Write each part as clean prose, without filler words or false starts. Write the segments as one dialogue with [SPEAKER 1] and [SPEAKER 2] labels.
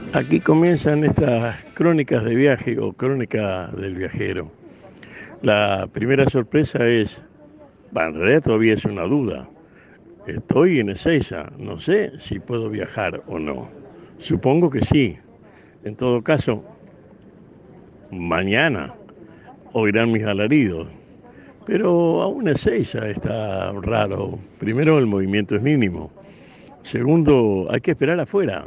[SPEAKER 1] Aquí comienzan estas crónicas de viaje o crónica del viajero. La primera sorpresa es, en realidad todavía es una duda. Estoy en Ezeiza, no sé si puedo viajar o no. Supongo que sí. En todo caso, mañana oirán mis alaridos. Pero aún Ezeiza está raro. Primero, el movimiento es mínimo. Segundo, hay que esperar afuera.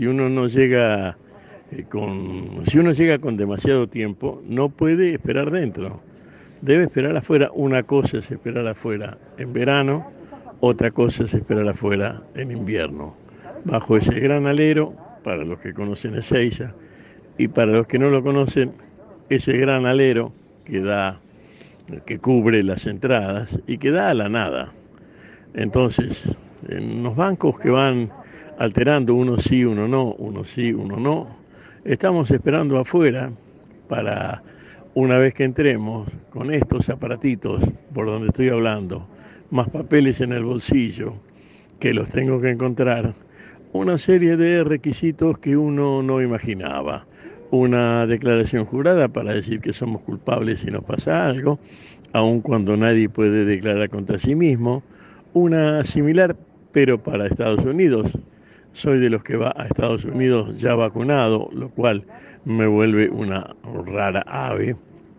[SPEAKER 1] Si uno llega con demasiado tiempo, no puede esperar dentro. Debe esperar afuera. Una cosa es esperar afuera en verano, otra cosa es esperar afuera en invierno. Bajo ese gran alero, para los que conocen Ezeiza, y para los que no lo conocen, ese gran alero que da, que cubre las entradas y que da a la nada. Entonces, en los bancos que van alterando, uno sí, uno no, uno sí, uno no, estamos esperando afuera para, una vez que entremos con estos aparatitos por donde estoy hablando, más papeles en el bolsillo, que los tengo que encontrar, una serie de requisitos que uno no imaginaba. Una declaración jurada para decir que somos culpables si nos pasa algo, aun cuando nadie puede declarar contra sí mismo. Una similar, pero para Estados Unidos. Soy de los que va a Estados Unidos ya vacunado, lo cual me vuelve una rara ave.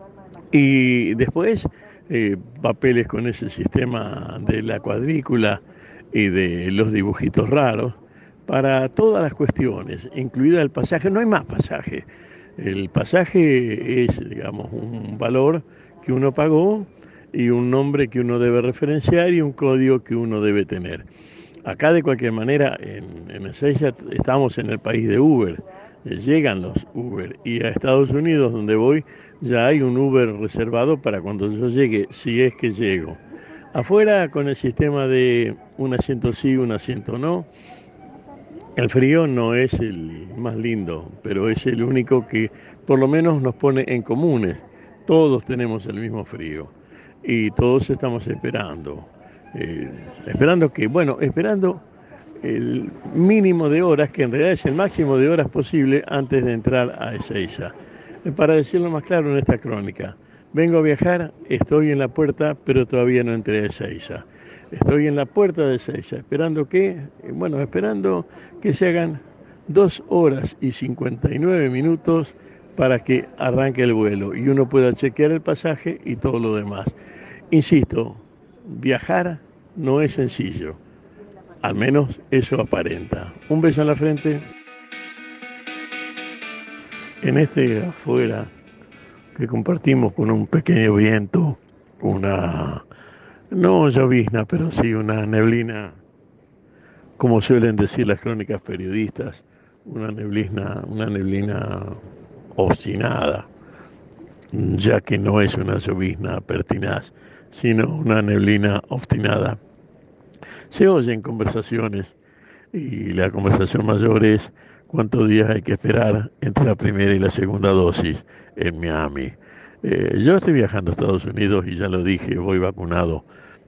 [SPEAKER 1] Y después, papeles con ese sistema de la cuadrícula y de los dibujitos raros para todas las cuestiones, incluida el pasaje. No hay más pasaje. El pasaje es, digamos, un valor que uno pagó y un nombre que uno debe referenciar y un código que uno debe tener. Acá de cualquier manera, en Ezeiza estamos en el país de Uber, llegan los Uber y a Estados Unidos donde voy ya hay un Uber reservado para cuando yo llegue, si es que llego. Afuera con el sistema de un asiento sí, un asiento no, el frío no es el más lindo, pero es el único que por lo menos nos pone en comunes. Todos tenemos el mismo frío y todos estamos esperando. Eh, Esperando que, bueno, esperando el mínimo de horas, que en realidad es el máximo de horas posible antes de entrar a Ezeiza. Para decirlo más claro en esta crónica, vengo a viajar, estoy en la puerta, pero todavía no entré a Ezeiza. Estoy en la puerta de Ezeiza, esperando que, bueno, esperando que se hagan 2 horas y 59 minutos para que arranque el vuelo y uno pueda chequear el pasaje y todo lo demás. Insisto, viajar no es sencillo. Al menos eso aparenta. Un beso en la frente. En este afuera que compartimos con un pequeño viento, una, no llovizna, pero sí una neblina, como suelen decir las crónicas periodistas, una neblina obstinada, ya que no es una llovizna pertinaz, sino una neblina obstinada. Se oyen conversaciones y la conversación mayor es cuántos días hay que esperar entre la primera y la segunda dosis en Miami. Yo estoy viajando a Estados Unidos y ya lo dije, voy vacunado,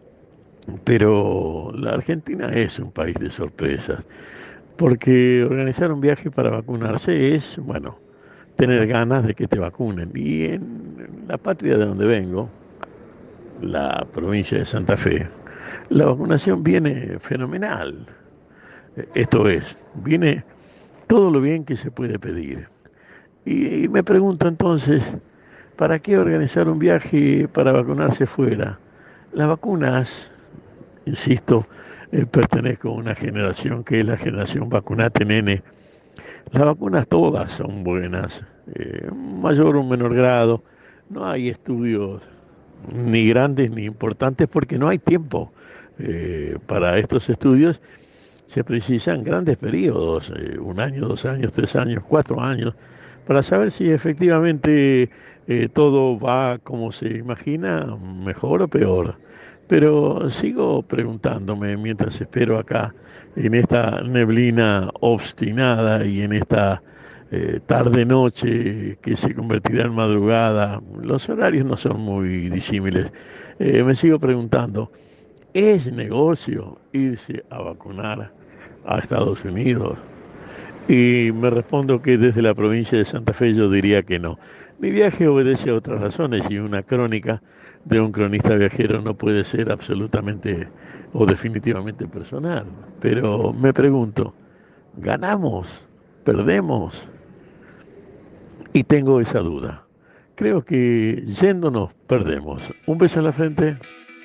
[SPEAKER 1] pero la Argentina es un país de sorpresas, porque organizar un viaje para vacunarse es, bueno, tener ganas de que te vacunen. Y en la patria de donde vengo, la provincia de Santa Fe, la vacunación viene fenomenal. Esto es, viene todo lo bien que se puede pedir. Y me pregunto entonces, ¿para qué organizar un viaje para vacunarse fuera? Las vacunas, insisto, pertenezco a una generación que es la generación vacunate nene. Las vacunas todas son buenas, mayor o menor grado. No hay estudios ni grandes ni importantes porque no hay tiempo para estos estudios. Se precisan grandes periodos, 1 año, 2 años, 3 años, 4 años, para saber si efectivamente todo va como se imagina, mejor o peor. Pero sigo preguntándome mientras espero acá, en esta neblina obstinada y en esta tarde-noche que se convertirá en madrugada. Los horarios no son muy disímiles. Me sigo preguntando, ¿es negocio irse a vacunar a Estados Unidos? Y me respondo que desde la provincia de Santa Fe yo diría que no. Mi viaje obedece a otras razones y una crónica de un cronista viajero no puede ser absolutamente o definitivamente personal. Pero me pregunto, ¿ganamos? ¿Perdemos? Y tengo esa duda. Creo que yéndonos perdemos. Un beso en la frente.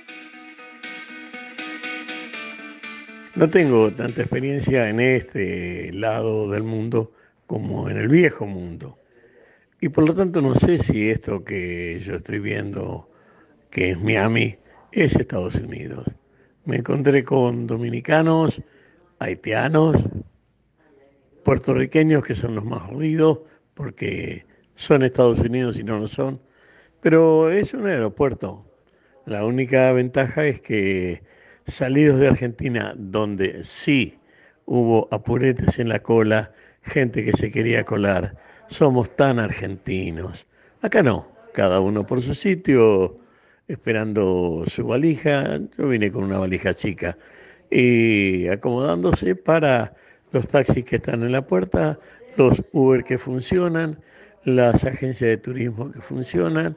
[SPEAKER 1] No tengo tanta experiencia en este lado del mundo como en el viejo mundo. Y por lo tanto no sé si esto que yo estoy viendo, que es Miami, es Estados Unidos. Me encontré con dominicanos, haitianos, puertorriqueños que son los más jodidos porque son Estados Unidos y no lo son. Pero es un aeropuerto. La única ventaja es que salidos de Argentina, donde sí hubo apuretes en la cola, gente que se quería colar, somos tan argentinos. Acá no, cada uno por su sitio, esperando su valija. Yo vine con una valija chica y acomodándose para los taxis que están en la puerta, los Uber que funcionan, las agencias de turismo que funcionan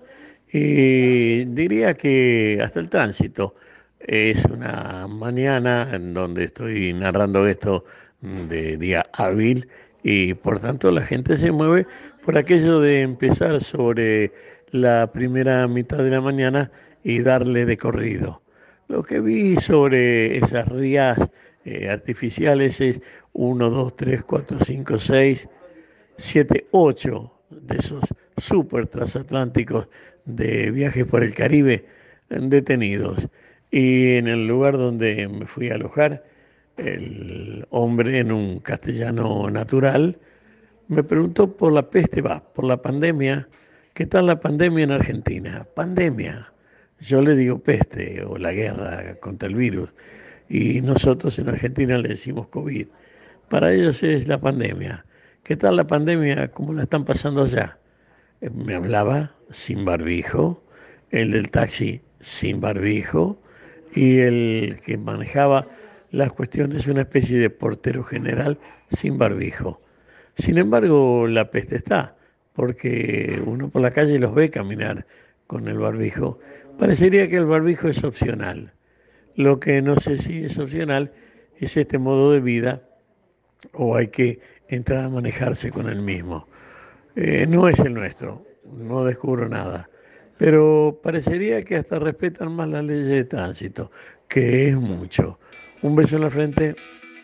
[SPEAKER 1] y diría que hasta el tránsito. Es una mañana en donde estoy narrando esto de día hábil y por tanto la gente se mueve por aquello de empezar sobre la primera mitad de la mañana y darle de corrido. Lo que vi sobre esas rías artificiales es uno 2 3 4 5 6 7 8 de esos super transatlánticos de viajes por el Caribe detenidos. Y en el lugar donde me fui a alojar, el hombre en un castellano natural me preguntó por la peste, por la pandemia. ¿Qué tal la pandemia en Argentina? Pandemia. Yo le digo peste o la guerra contra el virus. Y nosotros en Argentina le decimos COVID. Para ellos es la pandemia. ¿Qué tal la pandemia? ¿Cómo la están pasando allá? Me hablaba sin barbijo, el del taxi sin barbijo y el que manejaba las cuestiones, una especie de portero general sin barbijo. Sin embargo, la peste está, porque uno por la calle los ve caminar con el barbijo. Parecería que el barbijo es opcional. Lo que no sé si es opcional es este modo de vida o hay que entrar a manejarse con el mismo. No es el nuestro, no descubro nada, pero parecería que hasta respetan más las leyes de tránsito, que es mucho. Un beso en la frente.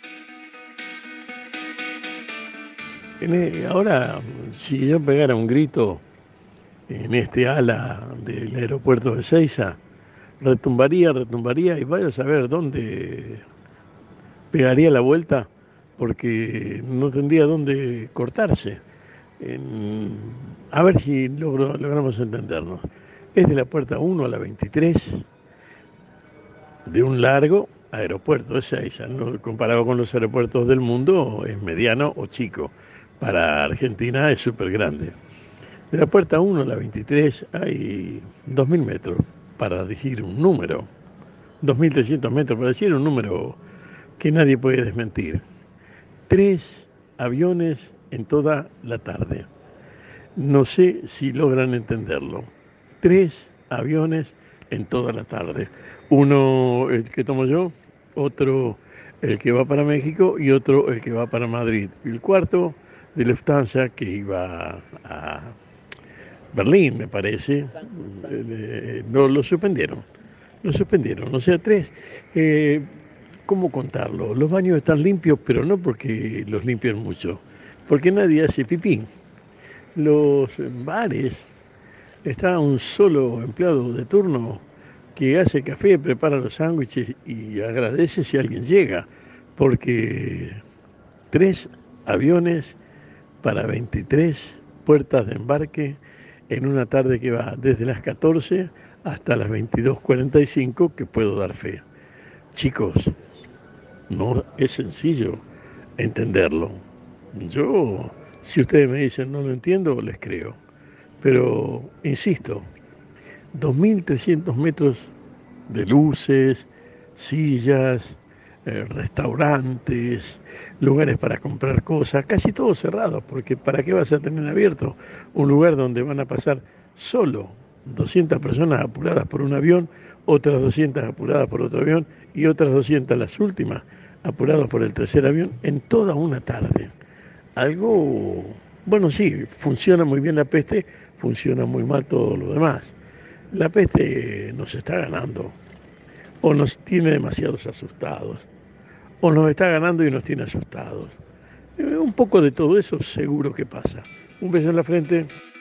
[SPEAKER 1] Ahora, si yo pegara un grito en este ala del aeropuerto de Ezeiza, retumbaría, retumbaría y vaya a saber dónde pegaría la vuelta porque no tendría dónde cortarse. En- a ver si logramos entendernos. Es de la puerta 1 a la 23 de un largo aeropuerto de Ezeiza, ¿no? Comparado con los aeropuertos del mundo es mediano o chico. Para Argentina es súper grande. De la puerta 1 a la 23 hay 2.000 metros para decir un número, 2.300 metros para decir un número que nadie puede desmentir. 3 aviones en toda la tarde. No sé si logran entenderlo. 3 aviones en toda la tarde. Uno el que tomo yo, otro el que va para México y otro el que va para Madrid. Y el cuarto de Lufthansa que iba a Berlín, me parece. No lo suspendieron. Lo suspendieron. O sea, tres. Eh, ¿Cómo contarlo? Los baños están limpios, pero no porque los limpian mucho, porque nadie hace pipí. Los bares, está un solo empleado de turno que hace café, prepara los sándwiches y agradece si alguien llega, porque 3 aviones para 23 puertas de embarque en una tarde que va desde las 14 hasta las 22:45, que puedo dar fe. Chicos, no es sencillo entenderlo. Yo, si ustedes me dicen no lo entiendo, les creo. Pero, insisto, 2.300 metros de luces, sillas, restaurantes, lugares para comprar cosas, casi todos cerrados, porque ¿para qué vas a tener abierto un lugar donde van a pasar solo 200 personas apuradas por un avión, otras 200 apuradas por otro avión y otras 200, las últimas, apuradas por el tercer avión en toda una tarde? Algo, bueno, sí, funciona muy bien la peste, funciona muy mal todo lo demás. La peste nos está ganando, o nos tiene demasiados asustados, o nos está ganando y nos tiene asustados. Un poco de todo eso seguro que pasa. Un beso en la frente.